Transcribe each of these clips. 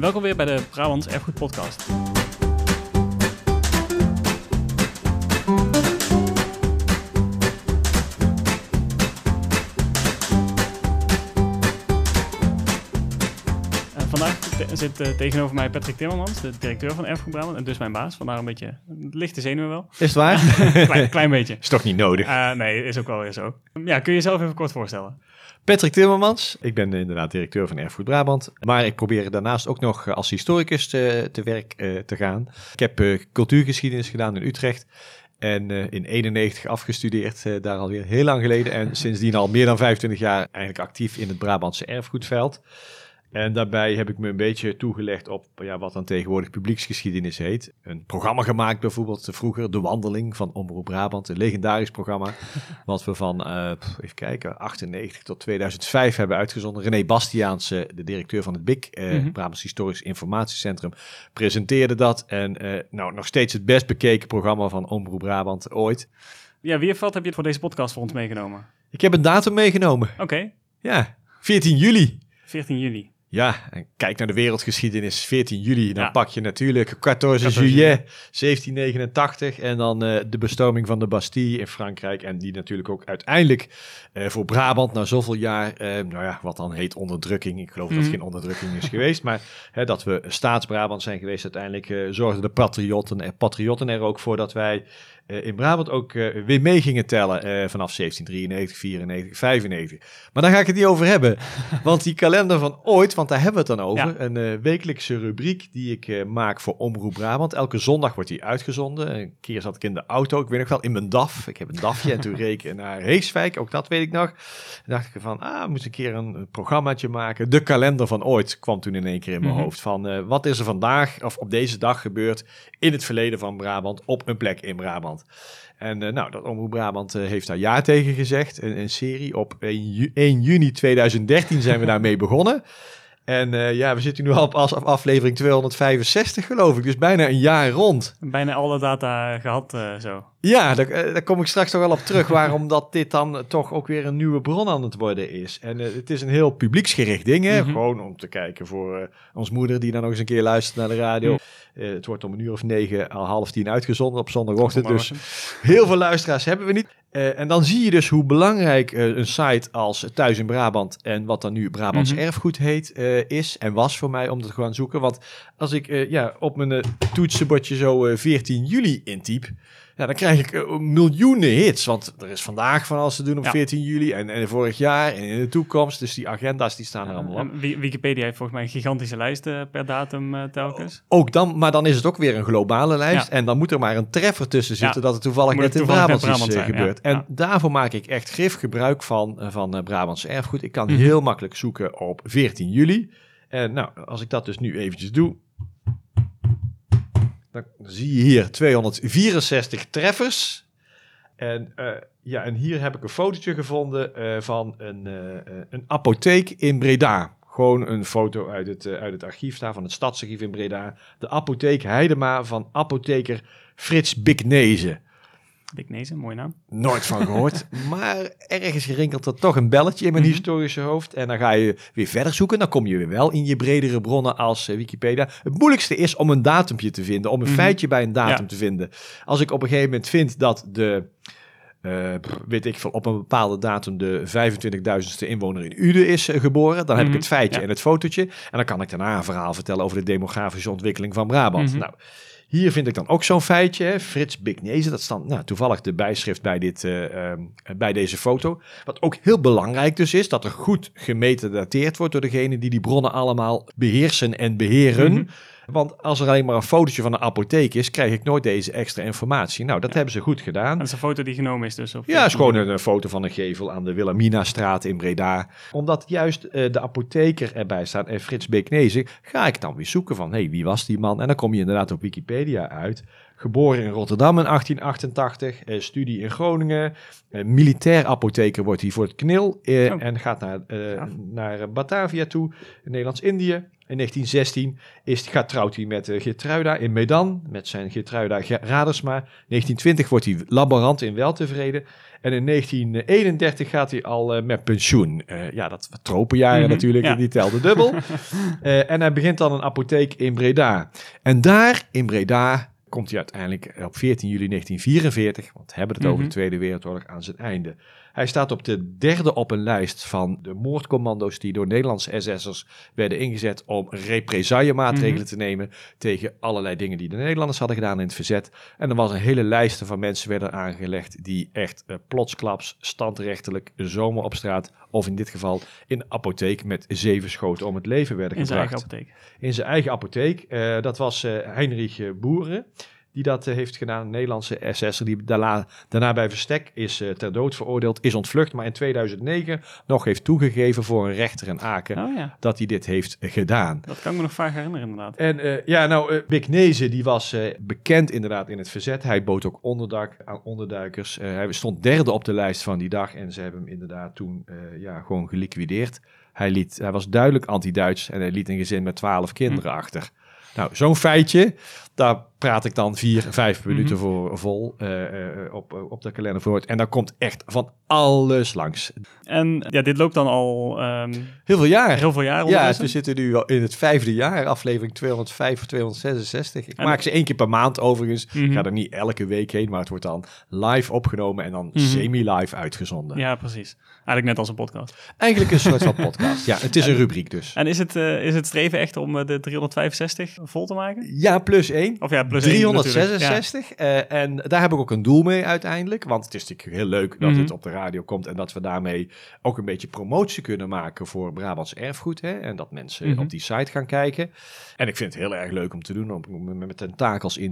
Welkom weer bij de Brabants Erfgoed Podcast. Vandaag zit tegenover mij Patrick Timmermans, de directeur van Erfgoed Brabant en dus mijn baas. Vandaar een beetje lichte zenuwen wel. Is het waar? klein beetje. Is toch niet nodig? Nee, is ook wel weer zo. Ja, kun je jezelf even kort voorstellen? Patrick Timmermans. Ik ben inderdaad directeur van Erfgoed Brabant. Maar ik probeer daarnaast ook nog als historicus te werk te gaan. Ik heb cultuurgeschiedenis gedaan in Utrecht. En in 91 afgestudeerd, daar alweer heel lang geleden. En sindsdien al meer dan 25 jaar eigenlijk actief in het Brabantse erfgoedveld. En daarbij heb ik me een beetje toegelegd op wat dan tegenwoordig publieksgeschiedenis heet. Een programma gemaakt bijvoorbeeld vroeger, De Wandeling van Omroep Brabant. Een legendarisch programma wat we van, 98 tot 2005 hebben uitgezonden. René Bastiaans, de directeur van het BIC, Brabants Historisch Informatiecentrum, presenteerde dat. En nog steeds het best bekeken programma van Omroep Brabant ooit. Ja, wie of wat heb je voor deze podcast voor ons meegenomen? Ik heb een datum meegenomen. Oké. Ja, 14 juli. 14 juli. Ja, en kijk naar de wereldgeschiedenis, 14 juli, dan pak je natuurlijk 14 juillet 1789 en dan de bestorming van de Bastille in Frankrijk en die natuurlijk ook uiteindelijk voor Brabant na zoveel jaar, wat dan heet onderdrukking, ik geloof dat het geen onderdrukking is geweest, maar dat we Staats-Brabant zijn geweest, uiteindelijk zorgden de patriotten er ook voor dat wij in Brabant ook weer mee gingen tellen vanaf 1793, 94, 95. Maar daar ga ik het niet over hebben. Want die kalender van ooit, want daar hebben we het dan over. Ja. Een wekelijkse rubriek die ik maak voor Omroep Brabant. Elke zondag wordt die uitgezonden. Een keer zat ik in de auto, ik weet nog wel, in mijn DAF. Ik heb een DAFje en toen reed ik naar Heeswijk, ook dat weet ik nog. Dan dacht ik van, moest een keer een programmaatje maken. De kalender van ooit kwam toen in één keer in mijn hoofd. Van wat is er vandaag of op deze dag gebeurd in het verleden van Brabant op een plek in Brabant. En dat Omroep Brabant heeft daar ja tegen gezegd. Een serie op 1 juni 2013 zijn we daarmee begonnen. En we zitten nu al op aflevering 265 geloof ik. Dus bijna een jaar rond. Bijna alle data gehad zo. Ja, daar kom ik straks nog wel op terug. Waarom dat dit dan toch ook weer een nieuwe bron aan het worden is. En het is een heel publieksgericht ding. Hè? Gewoon om te kijken voor ons moeder die dan nog eens een keer luistert naar de radio. Het wordt om 9:30, al 9:30 uitgezonden op zondagochtend. Dus heel veel luisteraars hebben we niet. En dan zie je dus hoe belangrijk een site als Thuis in Brabant en wat dan nu Brabants Erfgoed heet is en was voor mij om te gaan zoeken. Want als ik op mijn toetsenbordje zo 14 juli intyp, dan krijg ik miljoenen hits. Want er is vandaag van alles te doen op 14 juli en vorig jaar en in de toekomst. Dus die agenda's die staan er allemaal op. Wikipedia heeft volgens mij een gigantische lijst per datum telkens. Ook dan, maar dan is het ook weer een globale lijst. Ja. En dan moet er maar een treffer tussen zitten dat het toevallig net in Brabant is gebeurd. Ja. En daarvoor maak ik echt grif gebruik van Brabants Erfgoed. Ik kan heel makkelijk zoeken op 14 juli. En als ik dat dus nu eventjes doe, dan zie je hier 264 treffers. En hier heb ik een fotootje gevonden van een apotheek in Breda. Gewoon een foto uit het archief daar, van het Stadsarchief in Breda. De apotheek Heidema van apotheker Frits Biknezen. Biknezen, mooie naam. Nooit van gehoord. Maar ergens rinkelt er toch een belletje in mijn historische hoofd. En dan ga je weer verder zoeken. Dan kom je weer wel in je bredere bronnen als Wikipedia. Het moeilijkste is om een datumpje te vinden. Om een feitje bij een datum te vinden. Als ik op een gegeven moment vind dat op een bepaalde datum de 25.000ste inwoner in Uden is geboren. Dan heb ik het feitje en het fotootje. En dan kan ik daarna een verhaal vertellen over de demografische ontwikkeling van Brabant. Nou, hier vind ik dan ook zo'n feitje, hè? Frits Biknezen, dat staat toevallig de bijschrift bij deze foto. Wat ook heel belangrijk dus is, dat er goed gemetadateerd wordt door degene die bronnen allemaal beheersen en beheren. Want als er alleen maar een fotootje van een apotheek is, krijg ik nooit deze extra informatie. Nou, dat hebben ze goed gedaan. Dat is een foto die genomen is dus? Ja, het is gewoon een foto van een gevel aan de Wilhelminastraat in Breda. Omdat juist de apotheker erbij staat en Frits Biknezen, ga ik dan weer zoeken van, wie was die man? En dan kom je inderdaad op Wikipedia uit. Geboren in Rotterdam in 1888. Studie in Groningen. Militair apotheker wordt hij voor het KNIL. En gaat naar Batavia toe, in Nederlands-Indië. In 1916 trouwt hij met Geertruida in Medan, met zijn Geertruida Radersma. In 1920 wordt hij laborant in Weltevreden. En in 1931 gaat hij al met pensioen. Dat tropenjaren natuurlijk, die telde dubbel. En hij begint dan een apotheek in Breda. En daar, in Breda, komt hij uiteindelijk op 14 juli 1944, want we hebben het over de Tweede Wereldoorlog, aan zijn einde. Hij staat op de 3e op een lijst van de moordcommando's die door Nederlandse SS'ers werden ingezet om represaillemaatregelen te nemen tegen allerlei dingen die de Nederlanders hadden gedaan in het verzet. En er was een hele lijst van mensen werden aangelegd die echt plotsklaps, standrechtelijk, zomaar op straat, of in dit geval in de apotheek met 7 schoten om het leven werden gebracht. In zijn eigen apotheek. Dat was Heinrich Boeren. Die dat heeft gedaan, een Nederlandse SS'er, die daarna bij verstek is ter dood veroordeeld, is ontvlucht, maar in 2009 nog heeft toegegeven voor een rechter in Aken dat hij dit heeft gedaan. Dat kan ik me nog vaak herinneren, inderdaad. En Bik Nezen, die was bekend inderdaad in het verzet. Hij bood ook onderdak aan onderduikers. Hij stond 3e op de lijst van die dag en ze hebben hem inderdaad toen gewoon geliquideerd. Hij was duidelijk anti-Duits en hij liet een gezin met 12 kinderen achter. Nou, zo'n feitje, daar praat ik dan 4-5 minuten voor vol op de kalender voor. En daar komt echt van alles langs. En dit loopt dan al heel veel jaar. Heel veel jaar. Ja, we zitten nu in het 5e jaar, aflevering 205 of 266. Ik maak ze 1 keer per maand overigens. Ik ga er niet elke week heen, maar het wordt dan live opgenomen en dan semi-live uitgezonden. Ja, precies. Eigenlijk net als een podcast. Eigenlijk een soort van podcast. Ja, het is een rubriek dus. En is het streven echt om de 365 vol te maken? Ja, plus 1. Of ja, plus 366. En daar heb ik ook een doel mee uiteindelijk. Want het is natuurlijk heel leuk dat het op de radio komt en dat we daarmee ook een beetje promotie kunnen maken voor Brabants erfgoed. Hè? En dat mensen op die site gaan kijken. En ik vind het heel erg leuk om te doen, om met tentakels in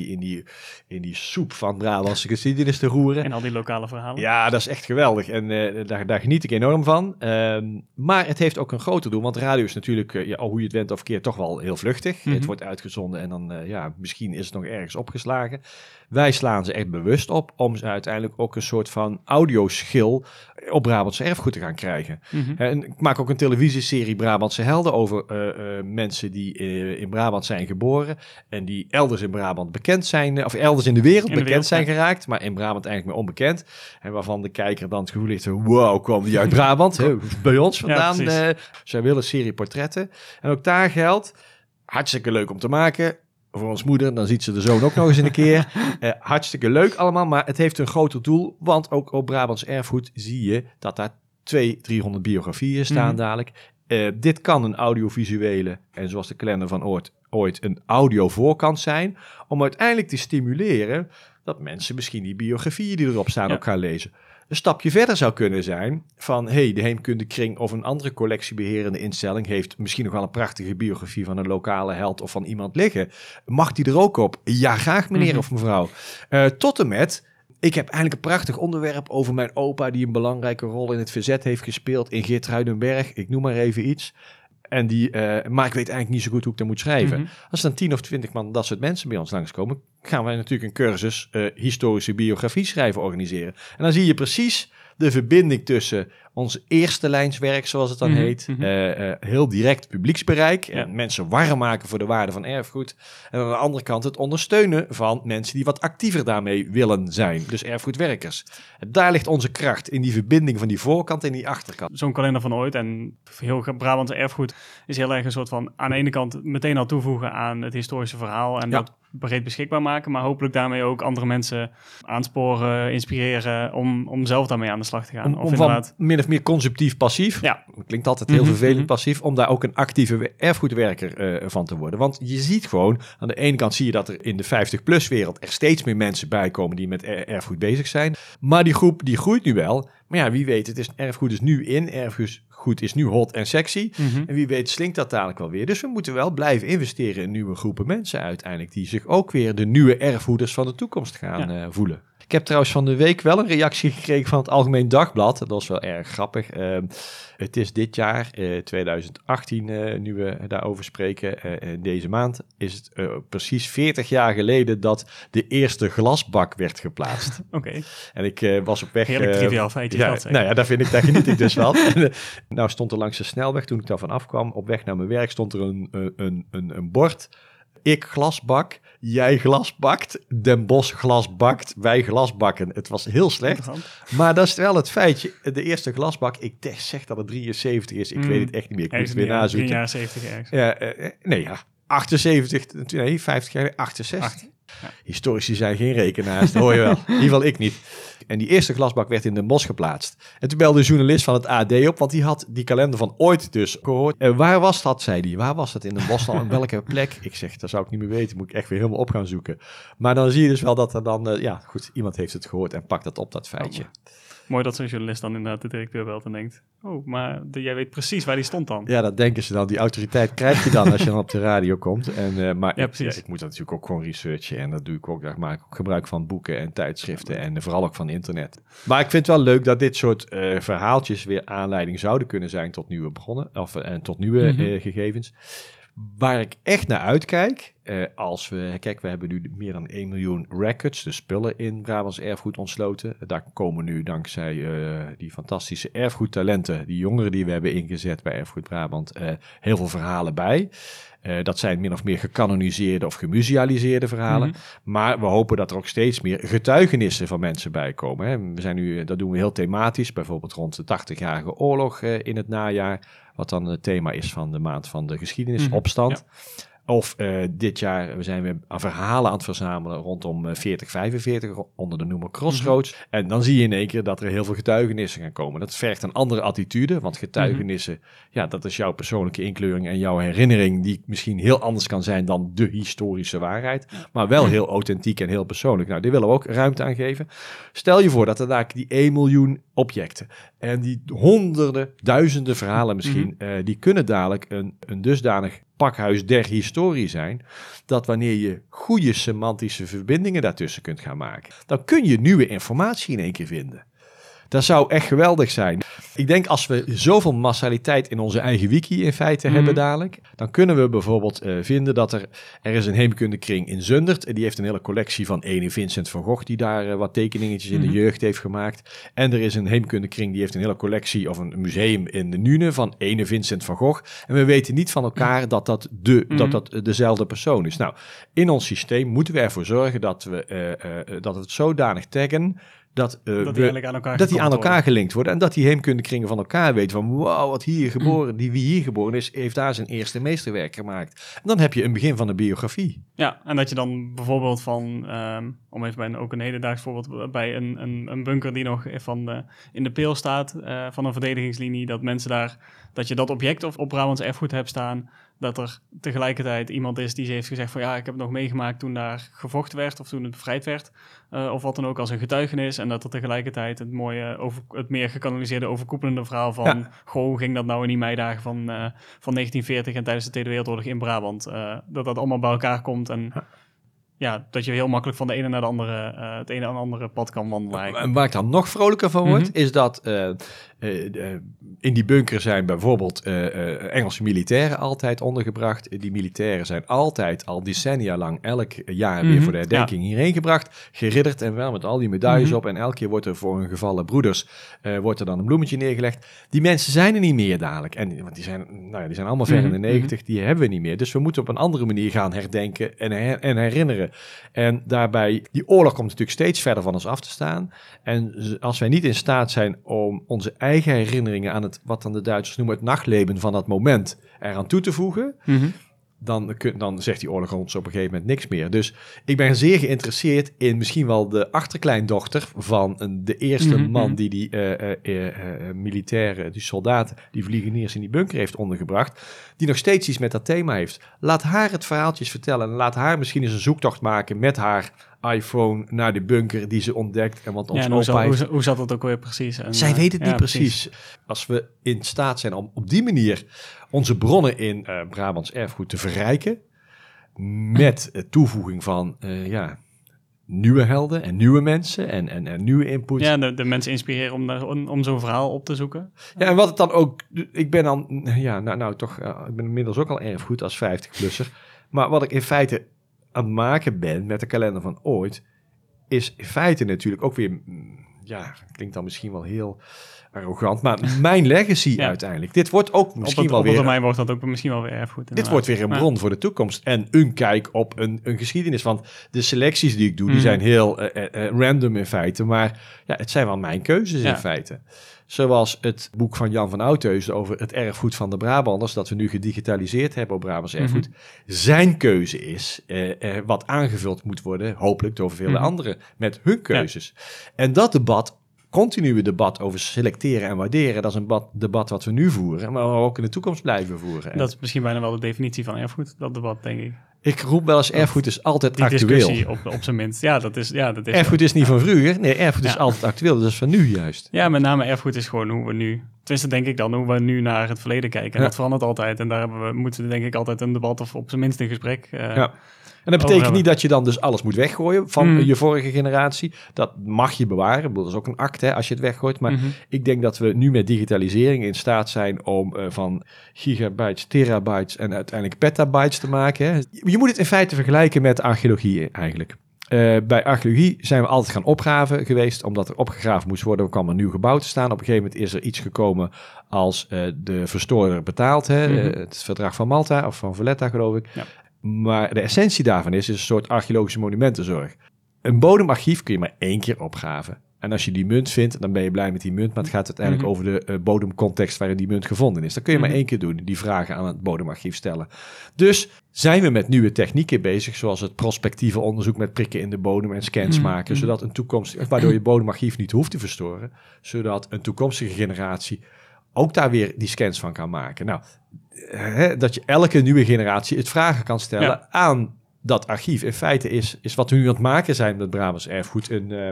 die soep van Brabantse geschiedenis te roeren. En al die lokale verhalen. Ja, dat is echt geweldig. En daar geniet ik enorm van. Maar het heeft ook een groter doel, want radio is natuurlijk, hoe je het went of keert, toch wel heel vluchtig. Het wordt uitgezonden en dan, misschien is het nog ergens opgeslagen. Wij slaan ze echt bewust op om ze uiteindelijk ook een soort van audioschil op Brabantse erfgoed te gaan krijgen. En ik maak ook een televisieserie Brabantse Helden over mensen die in Brabant zijn geboren en die elders in Brabant bekend zijn, of elders in de wereld bekend zijn geraakt, maar in Brabant eigenlijk meer onbekend. En waarvan de kijker dan het gevoel heeft, wow, kwam die uit Brabant? Bij ons vandaan. Zij willen een serie portretten. En ook daar geldt, hartstikke leuk om te maken. Voor ons moeder, dan ziet ze de zoon ook nog eens een keer. Hartstikke leuk allemaal, maar het heeft een groter doel. Want ook op Brabants erfgoed zie je dat daar 200-300 biografieën staan dadelijk. Dit kan een audiovisuele, en zoals de kalender van ooit een audio voorkant zijn. Om uiteindelijk te stimuleren dat mensen misschien die biografieën die erop staan ook gaan lezen. Een stapje verder zou kunnen zijn van, de Heemkundekring of een andere collectiebeherende instelling heeft misschien nog wel een prachtige biografie van een lokale held of van iemand liggen. Mag die er ook op? Ja, graag meneer of mevrouw. Tot en met, ik heb eigenlijk een prachtig onderwerp over mijn opa die een belangrijke rol in het verzet heeft gespeeld in Geertruidenberg. Ik noem maar even iets. Maar ik weet eigenlijk niet zo goed hoe ik dat moet schrijven. Als er dan 10 of 20 man dat soort mensen bij ons langskomen, gaan wij natuurlijk een cursus historische biografie schrijven organiseren. En dan zie je precies de verbinding tussen ons eerste lijnswerk, zoals het dan heet, heel direct publieksbereik en mensen warm maken voor de waarde van erfgoed. En aan de andere kant het ondersteunen van mensen die wat actiever daarmee willen zijn, dus erfgoedwerkers. En daar ligt onze kracht, in die verbinding van die voorkant en die achterkant. Zo'n kalender van ooit en heel Brabantse erfgoed is heel erg een soort van aan de ene kant meteen al toevoegen aan het historische verhaal en dat breed beschikbaar maken, maar hopelijk daarmee ook andere mensen aansporen, inspireren om zelf daarmee aan de slag te gaan. Om van min of meer consumptief passief, klinkt altijd heel vervelend passief, om daar ook een actieve erfgoedwerker van te worden. Want je ziet gewoon, aan de ene kant zie je dat er in de 50-plus wereld er steeds meer mensen bij komen die met erfgoed bezig zijn. Maar die groep die groeit nu wel. Maar ja, wie weet, erfgoed is nu in, erfgoed is nu hot en sexy. En wie weet slinkt dat dadelijk wel weer. Dus we moeten wel blijven investeren in nieuwe groepen mensen uiteindelijk, die zich ook weer de nieuwe erfgoeders van de toekomst gaan voelen. heb trouwens van de week wel een reactie gekregen van het Algemeen Dagblad. Dat was wel erg grappig. Het is dit jaar, 2018, nu we daarover spreken. Deze maand is het precies 40 jaar geleden dat de eerste glasbak werd geplaatst. Oké. En ik was op weg... Heerlijk triviaal feitje. Ja, nou ja, daar geniet ik dus wel. Nou stond er langs de snelweg, toen ik daar vanaf kwam, op weg naar mijn werk, stond er een bord. Ik glasbak, jij glasbakt, Den Bosch glasbakt, wij glasbakken. Het was heel slecht, maar dat is wel het feitje. De eerste glasbak, ik zeg dat het 73 is, ik weet het echt niet meer. Ik moet het weer nazoeken. 3 jaar 70 ergens. 50 jaar, 68. Ja. Historici zijn geen rekenaars, dat hoor je wel. In ieder geval ik niet. En die eerste glasbak werd in Den Bosch geplaatst. En toen belde de journalist van het AD op, want die had die kalender van ooit dus gehoord. Waar was dat, zei hij. Waar was dat in Den Bosch dan? En welke plek? Ik zeg, dat zou ik niet meer weten. Moet ik echt weer helemaal op gaan zoeken. Maar dan zie je dus wel dat er dan, iemand heeft het gehoord en pakt dat op, dat feitje. Mooi dat zo'n journalist dan inderdaad de directeur belt en denkt... maar jij weet precies waar die stond dan. Ja, dat denken ze dan. Die autoriteit krijg je dan als je dan op de radio komt. Maar ik moet dat natuurlijk ook gewoon researchen. En dat doe ik ook. Daar maak ik ook gebruik van boeken en tijdschriften. En vooral ook van internet. Maar ik vind het wel leuk dat dit soort verhaaltjes weer aanleiding zouden kunnen zijn tot nieuwe bronnen. En tot nieuwe gegevens. Waar ik echt naar uitkijk, we hebben nu meer dan 1 miljoen records, dus spullen in Brabants erfgoed ontsloten. Daar komen nu dankzij die fantastische erfgoedtalenten, die jongeren die we hebben ingezet bij Erfgoed Brabant, heel veel verhalen bij. Dat zijn min of meer gecanoniseerde of gemusealiseerde verhalen. Mm-hmm. Maar we hopen dat er ook steeds meer getuigenissen van mensen bij komen. Hè. We zijn nu, dat doen we heel thematisch, bijvoorbeeld rond de 80-jarige oorlog in het najaar. Wat dan het thema is van de maand van de geschiedenisopstand. Ja. Of dit jaar zijn we verhalen aan het verzamelen rondom 4045 onder de noemer Crossroads. Mm-hmm. En dan zie je in één keer dat er heel veel getuigenissen gaan komen. Dat vergt een andere attitude, want getuigenissen, dat is jouw persoonlijke inkleuring en jouw herinnering die misschien heel anders kan zijn dan de historische waarheid. Maar wel heel authentiek en heel persoonlijk. Nou, die willen we ook ruimte aan geven. Stel je voor dat er daar die 1 miljoen objecten en die honderden, duizenden verhalen misschien, die kunnen dadelijk een dusdanig pakhuis der historie zijn, dat wanneer je goede semantische verbindingen daartussen kunt gaan maken, dan kun je nieuwe informatie in één keer vinden. Dat zou echt geweldig zijn. Ik denk als we zoveel massaliteit in onze eigen wiki in feite hebben dadelijk, dan kunnen we bijvoorbeeld vinden dat er is een heemkundekring in Zundert. Die heeft een hele collectie van ene Vincent van Gogh, die daar wat tekeningetjes in de jeugd heeft gemaakt. En er is een heemkundekring die heeft een hele collectie of een museum in de Nune van ene Vincent van Gogh. En we weten niet van elkaar dat dezelfde persoon is. Nou, in ons systeem moeten we ervoor zorgen dat we dat het zodanig taggen dat die aan elkaar gelinkt worden. En dat die heemkundekringen van elkaar weten van wow, wat hier geboren, wie hier geboren is, heeft daar zijn eerste meesterwerk gemaakt. En dan heb je een begin van de biografie. Ja, en dat je dan bijvoorbeeld van, om even bij ook een hedendaags voorbeeld, bij een bunker die nog in de peel staat van een verdedigingslinie, dat mensen daar, dat je dat object op Brabants erfgoed hebt staan, dat er tegelijkertijd iemand is die heeft gezegd van ik heb het nog meegemaakt toen daar gevochten werd of toen het bevrijd werd. Of wat dan ook als een getuigenis. En dat er tegelijkertijd het mooie, het meer gekanaliseerde overkoepelende verhaal van hoe ging dat nou in die meidagen van 1940 en tijdens de Tweede Wereldoorlog in Brabant. Dat allemaal bij elkaar komt en dat je heel makkelijk van de ene naar de andere, het ene aan de andere pad kan wandelen. En waar ik dan nog vrolijker van word, is dat in die bunker zijn bijvoorbeeld Engelse militairen altijd ondergebracht. Die militairen zijn altijd al decennia lang elk jaar weer voor de herdenking hierheen gebracht. Geridderd en wel met al die medailles op. En elke keer wordt er voor hun gevallen broeders wordt er dan een bloemetje neergelegd. Die mensen zijn er niet meer dadelijk. Want die zijn allemaal ver in de 90. Die hebben we niet meer. Dus we moeten op een andere manier gaan herdenken en herinneren. En daarbij, die oorlog komt natuurlijk steeds verder van ons af te staan. En als wij niet in staat zijn om onze eigen herinneringen aan wat dan de Duitsers noemen het nachtleven van dat moment eraan toe te voegen, dan zegt die oorlog ons op een gegeven moment niks meer. Dus ik ben zeer geïnteresseerd in misschien wel de achterkleindochter van de eerste man die militairen, die soldaten, die vliegeniers in die bunker heeft ondergebracht, die nog steeds iets met dat thema heeft. Laat haar het verhaaltjes vertellen en laat haar misschien eens een zoektocht maken met haar iPhone naar de bunker die ze ontdekt. En wat ons hoe zat dat ook weer precies? En, zij weet het niet precies. Als we in staat zijn om op die manier onze bronnen in Brabants erfgoed te verrijken, met toevoeging van nieuwe helden en nieuwe mensen en nieuwe input. Ja, de mensen inspireren om zo'n verhaal op te zoeken. Ja, en wat het dan ook... Ik ben dan... Ja, toch... ik ben inmiddels ook al erfgoed als 50-plusser. Maar wat ik in feite aan het maken ben met de kalender van ooit... is in feite natuurlijk ook weer... Ja, klinkt dan misschien wel heel arrogant... maar mijn legacy uiteindelijk. Dit wordt ook misschien wel weer... Op termijn wordt dat ook misschien wel weer erfgoed. Inderdaad. Dit wordt weer een bron voor de toekomst. En een kijk op een geschiedenis. Want de selecties die ik doe, die zijn heel random in feite. Maar ja, het zijn wel mijn keuzes in feite. Zoals het boek van Jan van Oudheusden over het erfgoed van de Brabanders, dat we nu gedigitaliseerd hebben op Brabants erfgoed. Zijn keuze is wat aangevuld moet worden, hopelijk door vele anderen, met hun keuzes. En dat debat, continue debat over selecteren en waarderen, dat is een debat wat we nu voeren, maar we ook in de toekomst blijven voeren. Dat is misschien bijna wel de definitie van erfgoed, dat debat, denk ik. Ik roep wel eens, erfgoed is altijd die actueel. Discussie op zijn minst. Ja, dat is erfgoed is niet van vroeger. Nee, erfgoed is altijd actueel. Dat is van nu juist. Ja, met name erfgoed is gewoon hoe we nu... Tenminste, denk ik dan, hoe we nu naar het verleden kijken. En dat verandert altijd. En daar moeten we denk ik altijd een debat of op zijn minst een gesprek En dat betekent niet dat je dan dus alles moet weggooien van je vorige generatie. Dat mag je bewaren. Dat is ook een act als je het weggooit. Maar ik denk dat we nu met digitalisering in staat zijn om van gigabytes, terabytes en uiteindelijk petabytes te maken. Hè. Je moet het in feite vergelijken met archeologie eigenlijk. Bij archeologie zijn we altijd gaan opgraven geweest, omdat er opgegraven moest worden. Er kwam een nieuw gebouw te staan. Op een gegeven moment is er iets gekomen als de verstoorder betaalt. Het verdrag van Malta of van Valletta, geloof ik. Ja. Maar de essentie daarvan is een soort archeologische monumentenzorg. Een bodemarchief kun je maar 1 keer opgraven. En als je die munt vindt, dan ben je blij met die munt. Maar het gaat uiteindelijk over de bodemcontext waarin die munt gevonden is. Dat kun je maar 1 keer doen, die vragen aan het bodemarchief stellen. Dus zijn we met nieuwe technieken bezig, zoals het prospectieve onderzoek met prikken in de bodem en scans maken, zodat een toekomstige, waardoor je bodemarchief niet hoeft te verstoren, zodat een toekomstige generatie ook daar weer die scans van kan maken. Nou, dat je elke nieuwe generatie het vragen kan stellen aan dat archief. In feite is wat we nu aan het maken zijn met Brabants erfgoed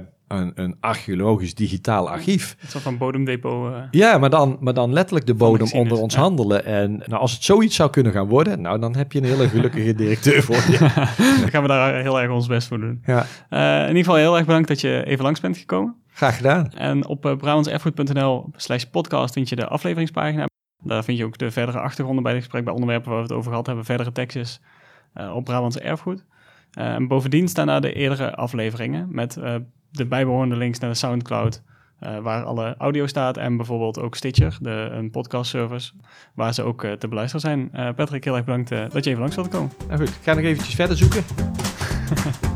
een archeologisch digitaal archief. Een soort van bodemdepot. Ja, maar dan letterlijk de bodem onder ons handelen. En nou, als het zoiets zou kunnen gaan worden, nou, dan heb je een hele gelukkige directeur voor je. Dan gaan we daar heel erg ons best voor doen. Ja. In ieder geval heel erg bedankt dat je even langs bent gekomen. Graag gedaan. En op brabantserfgoed.nl/podcast vind je de afleveringspagina. Daar vind je ook de verdere achtergronden bij het gesprek, bij onderwerpen waar we het over gehad hebben, verdere tekstjes op Brabants erfgoed. En bovendien staan daar de eerdere afleveringen met de bijbehorende links naar de Soundcloud, waar alle audio staat en bijvoorbeeld ook Stitcher, een podcastservice, waar ze ook te beluisteren zijn. Patrick, heel erg bedankt dat je even langs wilde komen. Nou goed, ik ga nog eventjes verder zoeken.